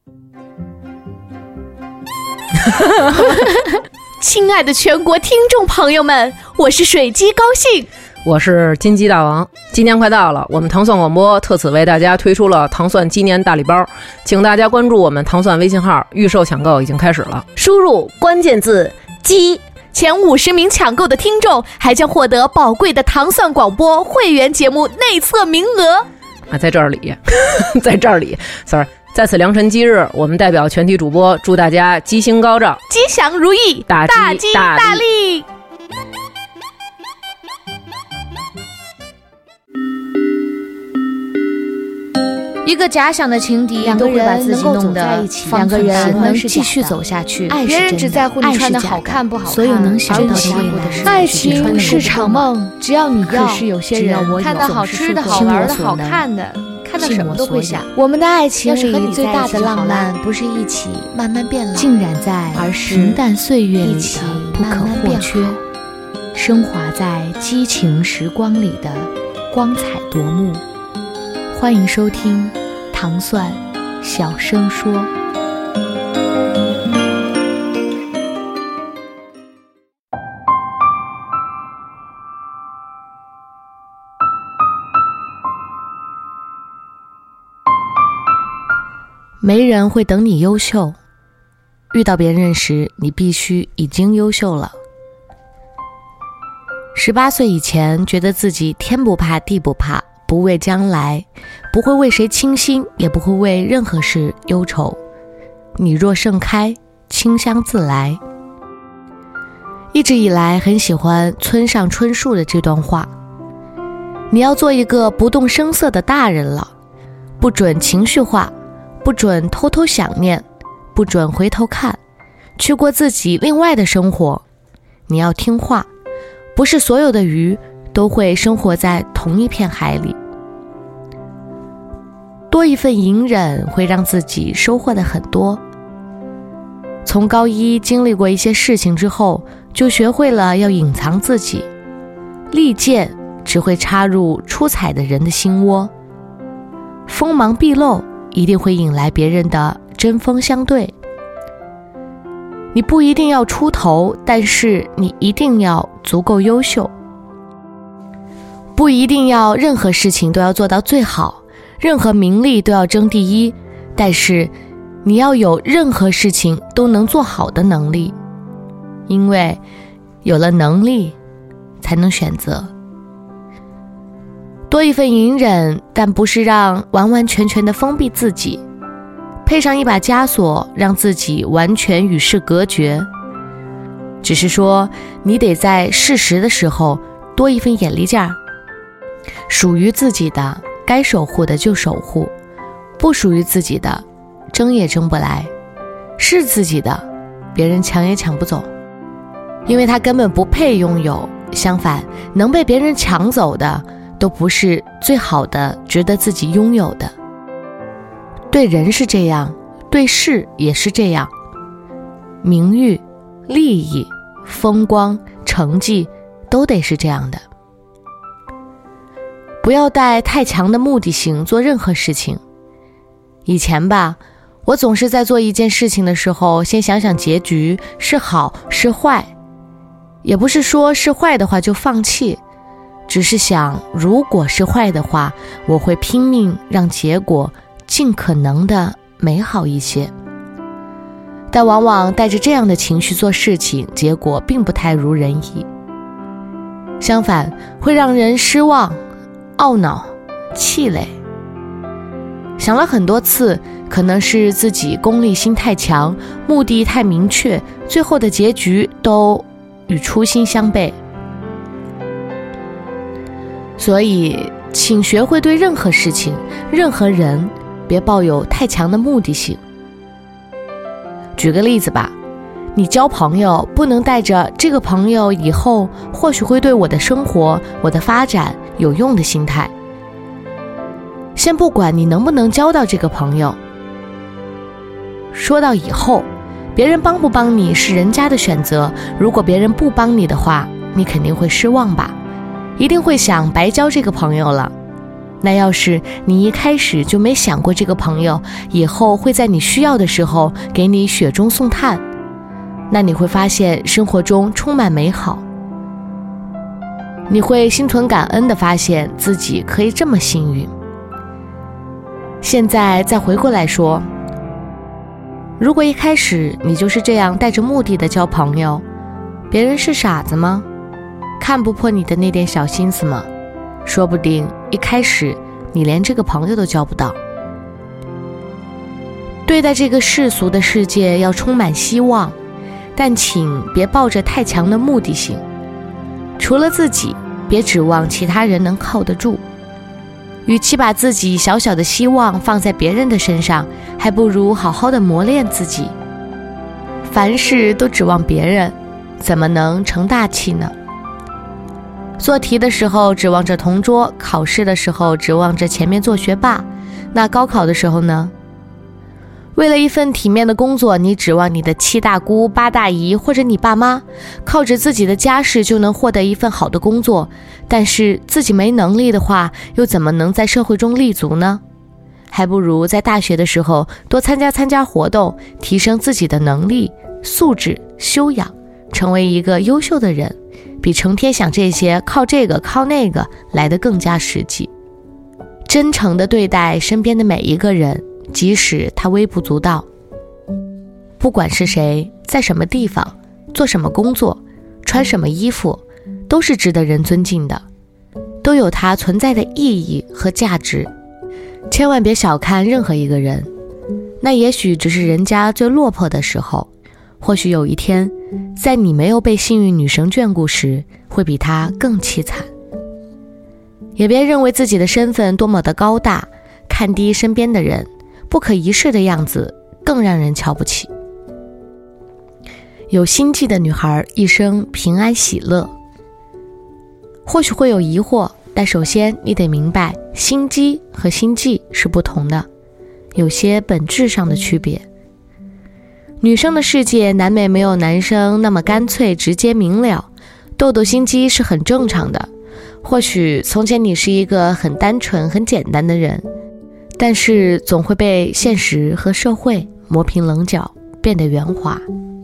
亲爱的全国听众朋友们，我是水鸡高兴， 我是金鸡大王。今年快到了，我们糖蒜广播特此为大家推出了糖蒜鸡年大礼包，请大家关注我们糖蒜微信号，预售抢购已经开始了。 输入关键字鸡，前50名抢购的听众还将获得宝贵的糖蒜广播会员节目内测名额啊，在这里在这里 sorry，在此良辰吉日，我们代表全体主播祝大家吉星高照， 吉祥如意，大吉大利。 一个假想的情敌，两个人能够走在一起，两个人能继续走下去。别人只在乎你穿的好看不好看，所有能想到的未来。爱情是场梦，只要你要。可是有些人看到好吃的好玩的好看的，看到什么都会想。我们的爱情里最大的浪漫，不是一起慢慢变老，浸染在平淡岁月里的不可或缺，升华在激情时光里的光彩夺目。欢迎收听糖蒜小声说。没人会等你优秀，遇到别人时你必须已经优秀了。18岁以前觉得自己天不怕地不怕，不畏将来，不会为谁倾心，也不会为任何事忧愁。你若盛开，清香自来。一直以来很喜欢村上春树的这段话，你要做一个不动声色的大人了，不准情绪化，不准偷偷想念，不准回头看，去过自己另外的生活。你要听话，不是所有的鱼都会生活在同一片海里。多一份隐忍会让自己收获的很多。从高一经历过一些事情之后，就学会了要隐藏自己，利剑只会插入出彩的人的心窝，锋芒毕露一定会引来别人的针锋相对。你不一定要出头，但是你一定要足够优秀。不一定要任何事情都要做到最好，任何名利都要争第一，但是你要有任何事情都能做好的能力，因为有了能力才能选择。多一份隐忍，但不是让完完全全的封闭自己，配上一把枷锁，让自己完全与世隔绝。只是说你得在适时的时候多一份眼力劲儿，属于自己的该守护的就守护，不属于自己的争也争不来，是自己的别人抢也抢不走，因为他根本不配拥有。相反，能被别人抢走的都不是最好的值得自己拥有的。对人是这样，对事也是这样。名誉、利益、风光、成绩都得是这样的。不要带太强的目的性做任何事情。以前吧，我总是在做一件事情的时候，先想想结局是好是坏，也不是说是坏的话就放弃，只是想如果是坏的话，我会拼命让结果尽可能的美好一些。但往往带着这样的情绪做事情，结果并不太如人意，相反会让人失望、懊恼、气馁。想了很多次，可能是自己功利心太强，目的太明确，最后的结局都与初心相悖。所以请学会对任何事情、任何人别抱有太强的目的性。举个例子吧，你交朋友不能带着这个朋友以后或许会对我的生活、我的发展有用的心态。先不管你能不能交到这个朋友，说到以后，别人帮不帮你是人家的选择，如果别人不帮你的话，你肯定会失望吧，一定会想白交这个朋友了。 那要是你一开始就没想过这个朋友以后会在你需要的时候给你雪中送炭，那你会发现生活中充满美好。你会心存感恩地发现自己可以这么幸运。现在再回过来说，如果一开始你就是这样带着目的的交朋友，别人是傻子吗？看不破你的那点小心思吗？说不定一开始你连这个朋友都交不到。对待这个世俗的世界要充满希望，但请别抱着太强的目的性。除了自己，别指望其他人能靠得住。与其把自己小小的希望放在别人的身上，还不如好好的磨练自己。凡事都指望别人，怎么能成大器呢？做题的时候指望着同桌，考试的时候指望着前面做学霸，那高考的时候呢？为了一份体面的工作，你指望你的7大姑8大姨或者你爸妈靠着自己的家世就能获得一份好的工作，但是自己没能力的话，又怎么能在社会中立足呢？还不如在大学的时候多参加活动，提升自己的能力、素质、修养，成为一个优秀的人，比成天想这些靠这个靠那个来得更加实际。真诚地对待身边的每一个人，即使他微不足道。不管是谁，在什么地方，做什么工作，穿什么衣服，都是值得人尊敬的，都有它存在的意义和价值。千万别小看任何一个人，那也许只是人家最落魄的时候，或许有一天，在你没有被幸运女神眷顾时，会比他更凄惨。也别认为自己的身份多么的高大，看低身边的人，不可一世的样子更让人瞧不起。有心计的女孩一生平安喜乐。或许会有疑惑，但首先你得明白，心机和心计是不同的，有些本质上的区别。女生的世界难免没有男生那么干脆直接明了，痘痘心机是很正常的。或许从前你是一个很单纯很简单的人，但是总会被现实和社会磨平棱角，变得圆滑。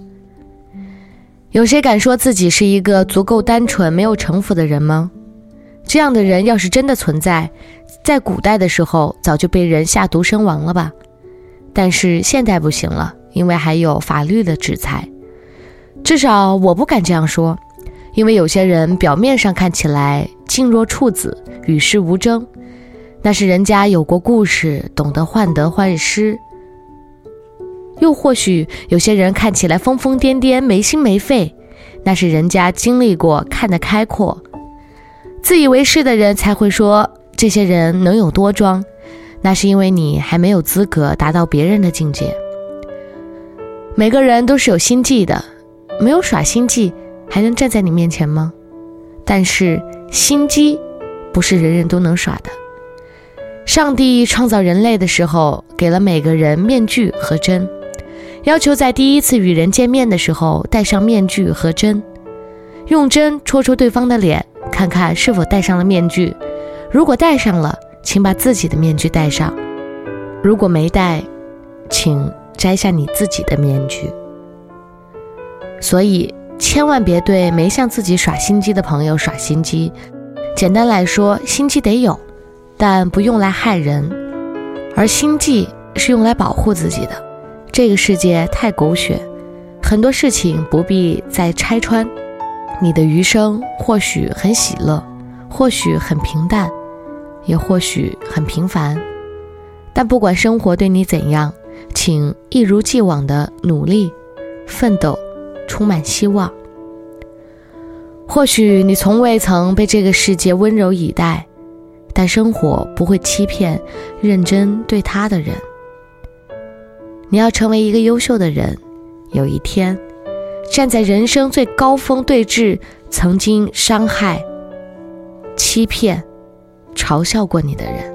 有谁敢说自己是一个足够单纯没有城府的人吗？这样的人要是真的存在，在古代的时候早就被人下毒身亡了吧。但是现代不行了，因为还有法律的制裁。至少我不敢这样说，因为有些人表面上看起来静若处子，与世无争，那是人家有过故事，懂得患得患失。又或许有些人看起来疯疯癫癫，没心没肺，那是人家经历过，看得开阔。自以为是的人才会说这些人能有多装，那是因为你还没有资格达到别人的境界。每个人都是有心计的，没有耍心计还能站在你面前吗？但是心机不是人人都能耍的。上帝创造人类的时候，给了每个人面具和针，要求在第一次与人见面的时候戴上面具和针，用针戳戳对方的脸，看看是否戴上了面具。如果戴上了，请把自己的面具戴上；如果没戴，请摘下你自己的面具。所以千万别对没向自己耍心机的朋友耍心机。简单来说，心机得有，但不用来害人，而心计是用来保护自己的。这个世界太狗血，很多事情不必再拆穿。你的余生或许很喜乐，或许很平淡，也或许很平凡，但不管生活对你怎样，请一如既往的努力奋斗，充满希望。或许你从未曾被这个世界温柔以待，但生活不会欺骗认真对他的人。你要成为一个优秀的人，有一天站在人生最高峰对峙曾经伤害、欺骗、嘲笑过你的人。